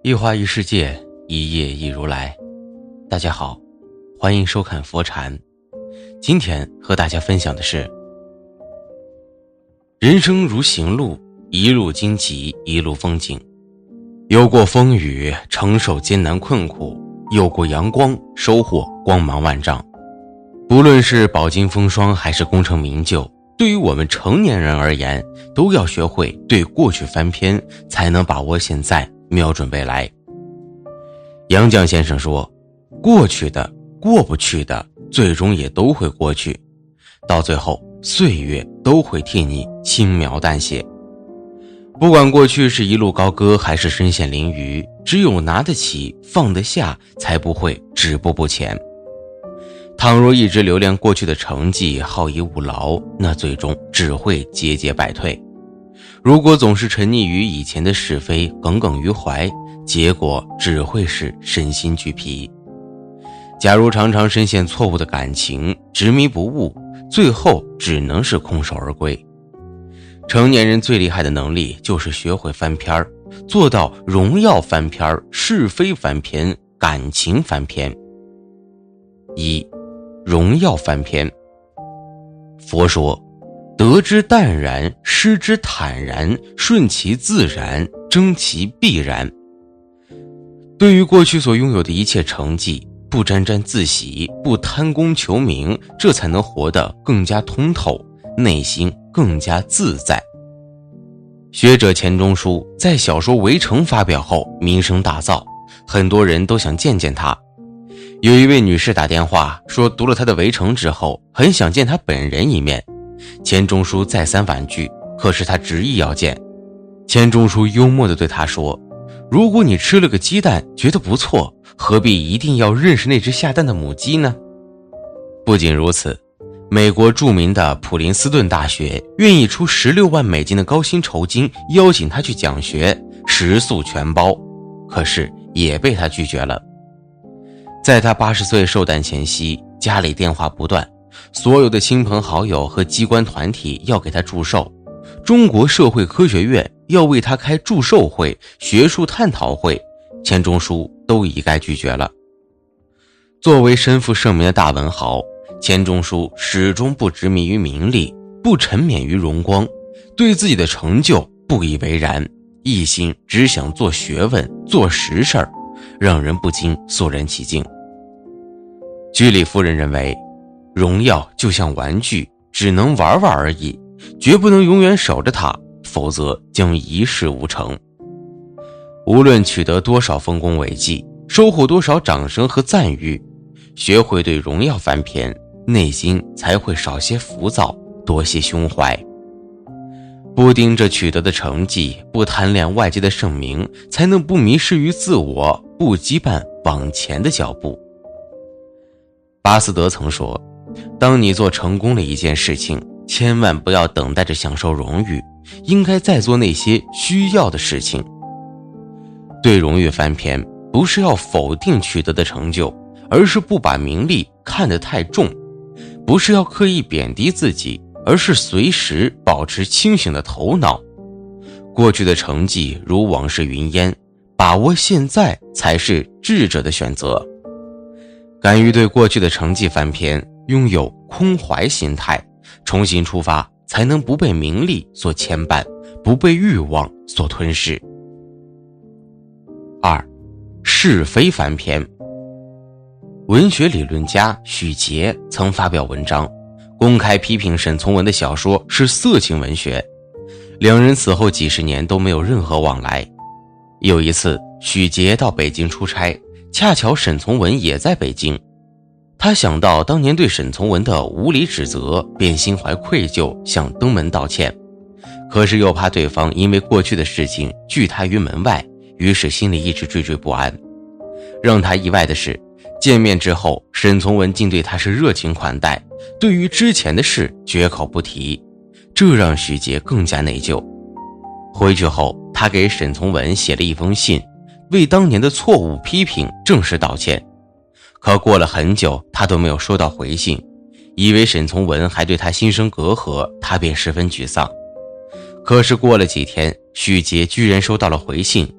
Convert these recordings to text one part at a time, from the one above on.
一花一世界，一叶一如来。大家好，欢迎收看佛禅。今天和大家分享的是，人生如行路，一路荆棘，一路风景。有过风雨，承受艰难困苦；有过阳光，收获光芒万丈。不论是饱经风霜还是功成名就，对于我们成年人而言，都要学会对过去翻篇，才能把握现在，瞄准未来。杨绛先生说，过去的过不去的最终也都会过去，到最后岁月都会替你轻描淡写。不管过去是一路高歌还是身陷囹圄，只有拿得起放得下，才不会止步不前。倘若一直留恋过去的成绩，好逸恶劳，那最终只会节节败退。如果总是沉溺于以前的是非，耿耿于怀，结果只会是身心俱疲。假如常常深陷错误的感情，执迷不悟，最后只能是空手而归。成年人最厉害的能力就是学会翻篇，做到荣耀翻篇，是非翻篇，感情翻篇。一、荣耀翻篇。佛说，得之淡然，失之坦然，顺其自然，争其必然。对于过去所拥有的一切成绩，不沾沾自喜，不贪功求名，这才能活得更加通透，内心更加自在。学者钱钟书在小说《围城》发表后名声大噪，很多人都想见见他。有一位女士打电话说，读了他的《围城》之后，很想见他本人一面。钱钟书再三婉拒，可是他执意要见。钱钟书幽默地对他说，如果你吃了个鸡蛋觉得不错，何必一定要认识那只下蛋的母鸡呢？不仅如此，美国著名的普林斯顿大学愿意出16万美金的高薪酬金邀请他去讲学，食宿全包，可是也被他拒绝了。在他80岁寿诞前夕，家里电话不断，所有的亲朋好友和机关团体要给他祝寿，中国社会科学院要为他开祝寿会、学术探讨会，钱钟书都一概拒绝了。作为身负盛名的大文豪，钱钟书始终不执迷于名利，不沉湎于荣光，对自己的成就不以为然，一心只想做学问，做实事儿，让人不禁肃然起敬。居里夫人认为，荣耀就像玩具，只能玩玩而已，绝不能永远守着它，否则将一事无成。无论取得多少丰功伟绩，收获多少掌声和赞誉，学会对荣耀翻篇，内心才会少些浮躁，多些胸怀。不盯着取得的成绩，不贪恋外界的盛名，才能不迷失于自我，不羁绊往前的脚步。巴斯德曾说，当你做成功了一件事情，千万不要等待着享受荣誉，应该再做那些需要的事情。对荣誉翻篇，不是要否定取得的成就，而是不把名利看得太重；不是要刻意贬低自己，而是随时保持清醒的头脑。过去的成绩如往事云烟，把握现在才是智者的选择。敢于对过去的成绩翻篇，拥有空怀心态，重新出发，才能不被名利所牵绊，不被欲望所吞噬。2、是非翻篇。文学理论家许杰曾发表文章，公开批评沈从文的小说是色情文学，两人此后几十年都没有任何往来。有一次，许杰到北京出差，恰巧沈从文也在北京，他想到当年对沈从文的无理指责，便心怀愧疚，想登门道歉，可是又怕对方因为过去的事情拒他于门外，于是心里一直惴惴不安。让他意外的是，见面之后，沈从文竟对他是热情款待，对于之前的事绝口不提，这让许杰更加内疚。回去后，他给沈从文写了一封信，为当年的错误批评正式道歉。可过了很久，他都没有收到回信，以为沈从文还对他心生隔阂，他便十分沮丧。可是过了几天，许杰居然收到了回信，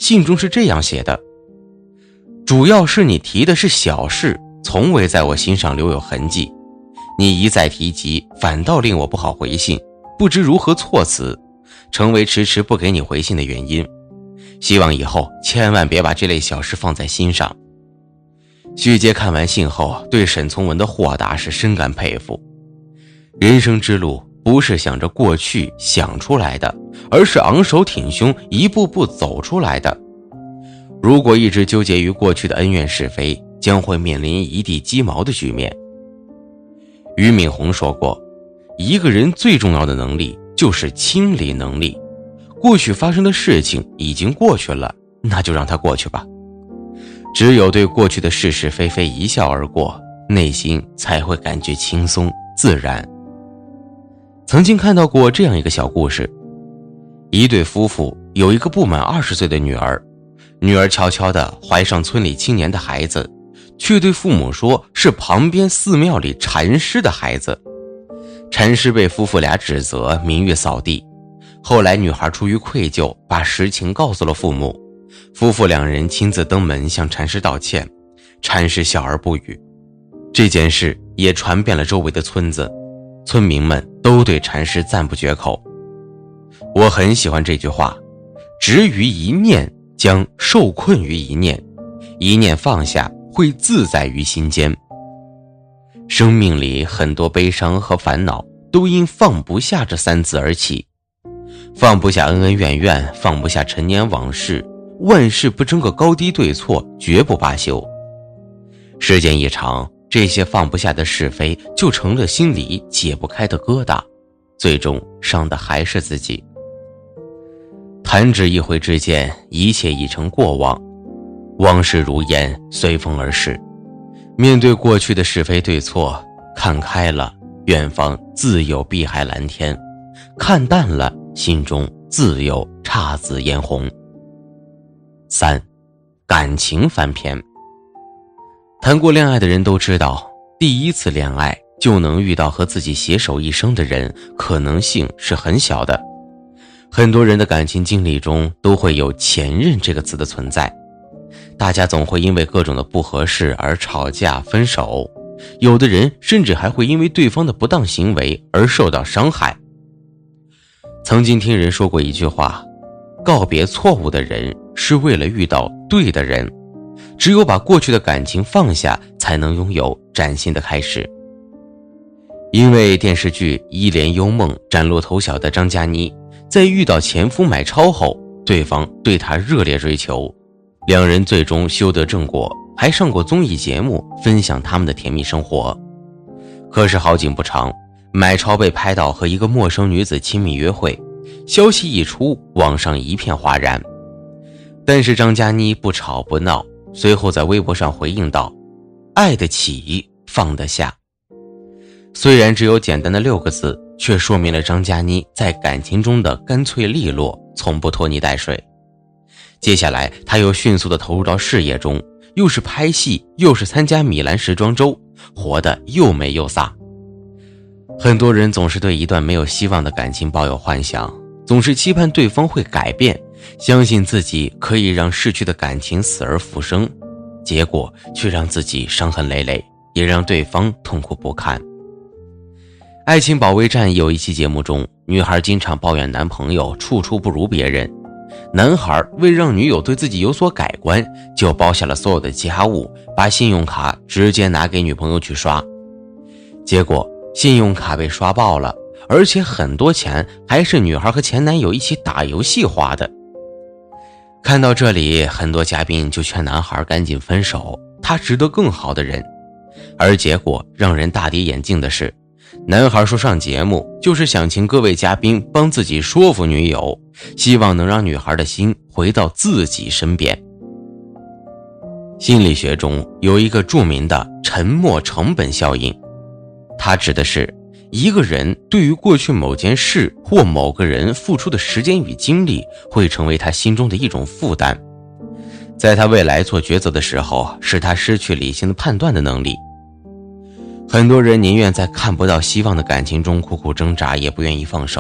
信中是这样写的：主要是你提的是小事，从未在我心上留有痕迹，你一再提及，反倒令我不好回信，不知如何措辞，成为迟迟不给你回信的原因。希望以后千万别把这类小事放在心上。徐阶看完信后，对沈从文的豁达是深感佩服。人生之路不是想着过去想出来的，而是昂首挺胸一步步走出来的。如果一直纠结于过去的恩怨是非，将会面临一地鸡毛的局面。俞敏洪说过，一个人最重要的能力就是清理能力。过去发生的事情已经过去了，那就让它过去吧。只有对过去的是是非非一笑而过，内心才会感觉轻松自然。曾经看到过这样一个小故事，一对夫妇有一个不满20岁的女儿，女儿悄悄地怀上村里青年的孩子，却对父母说是旁边寺庙里禅师的孩子。禅师被夫妇俩指责，名誉扫地。后来女孩出于愧疚，把实情告诉了父母，夫妇两人亲自登门向禅师道歉，禅师笑而不语。这件事也传遍了周围的村子，村民们都对禅师赞不绝口。我很喜欢这句话，执于一念，将受困于一念，一念放下，会自在于心间。生命里很多悲伤和烦恼，都因放不下这3字而起。放不下恩恩怨怨，放不下陈年往事，万事不争个高低对错，绝不罢休。时间一长，这些放不下的是非就成了心里解不开的疙瘩，最终伤的还是自己。弹指一挥之间，一切已成过往，往事如烟，随风而逝。面对过去的是非对错，看开了，远方自有碧海蓝天；看淡了，心中自有姹紫嫣红。3. 感情翻篇。谈过恋爱的人都知道，第一次恋爱就能遇到和自己携手一生的人，可能性是很小的。很多人的感情经历中都会有前任这个词的存在，大家总会因为各种的不合适而吵架分手，有的人甚至还会因为对方的不当行为而受到伤害。曾经听人说过一句话，告别错误的人是为了遇到对的人，只有把过去的感情放下，才能拥有崭新的开始。因为电视剧《一帘幽梦》崭露头角的张嘉倪，在遇到前夫买超后，对方对她热烈追求，两人最终修得正果，还上过综艺节目分享他们的甜蜜生活。可是好景不长，买超被拍到和一个陌生女子亲密约会，消息一出，网上一片哗然。但是张嘉倪不吵不闹，随后在微博上回应道：爱得起，放得下。虽然只有简单的6个字，却说明了张嘉倪在感情中的干脆利落，从不拖泥带水。接下来她又迅速地投入到事业中，又是拍戏，又是参加米兰时装周，活得又美又飒。很多人总是对一段没有希望的感情抱有幻想，总是期盼对方会改变，相信自己可以让逝去的感情死而复生，结果却让自己伤痕累累，也让对方痛苦不堪。爱情保卫战有一期节目中，女孩经常抱怨男朋友处处不如别人，男孩为让女友对自己有所改观，就包下了所有的家务，把信用卡直接拿给女朋友去刷。结果信用卡被刷爆了，而且很多钱还是女孩和前男友一起打游戏花的。看到这里，很多嘉宾就劝男孩赶紧分手，他值得更好的人。而结果让人大跌眼镜的是，男孩说上节目就是想请各位嘉宾帮自己说服女友，希望能让女孩的心回到自己身边。心理学中有一个著名的沉没成本效应，它指的是一个人对于过去某件事或某个人付出的时间与精力，会成为他心中的一种负担，在他未来做抉择的时候，使他失去理性的判断的能力。很多人宁愿在看不到希望的感情中苦苦挣扎，也不愿意放手，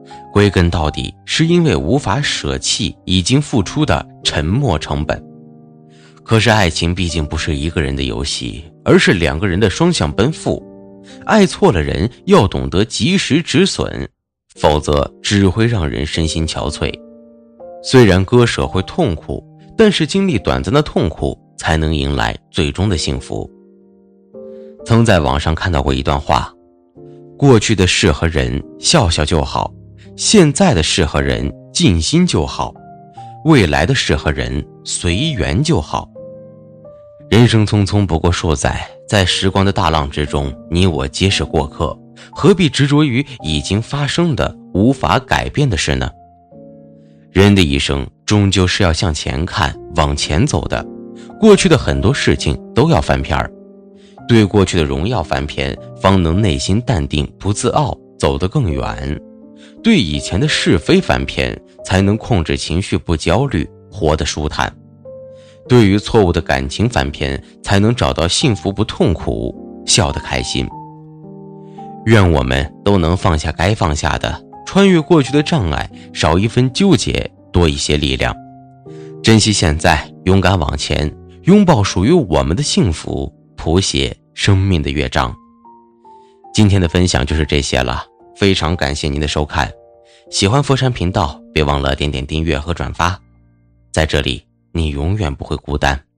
归根到底是因为无法舍弃已经付出的沉没成本。可是爱情毕竟不是一个人的游戏，而是两个人的双向奔赴。爱错了人，要懂得及时止损，否则只会让人身心憔悴。虽然割舍会痛苦，但是经历短暂的痛苦，才能迎来最终的幸福。曾在网上看到过一段话，过去的事和人笑笑就好，现在的事和人尽心就好，未来的事和人随缘就好。人生匆匆不过数载，在时光的大浪之中，你我皆是过客，何必执着于已经发生的无法改变的事呢？人的一生终究是要向前看，往前走的，过去的很多事情都要翻篇儿，对过去的荣耀翻篇，方能内心淡定不自傲，走得更远；对以前的是非翻篇，才能控制情绪不焦虑，活得舒坦；对于错误的感情翻篇，才能找到幸福不痛苦，笑得开心。愿我们都能放下该放下的，穿越过去的障碍，少一分纠结，多一些力量。珍惜现在，勇敢往前，拥抱属于我们的幸福，谱写生命的乐章。今天的分享就是这些了，非常感谢您的收看。喜欢佛山频道，别忘了点点订阅和转发。在这里，你永远不会孤单。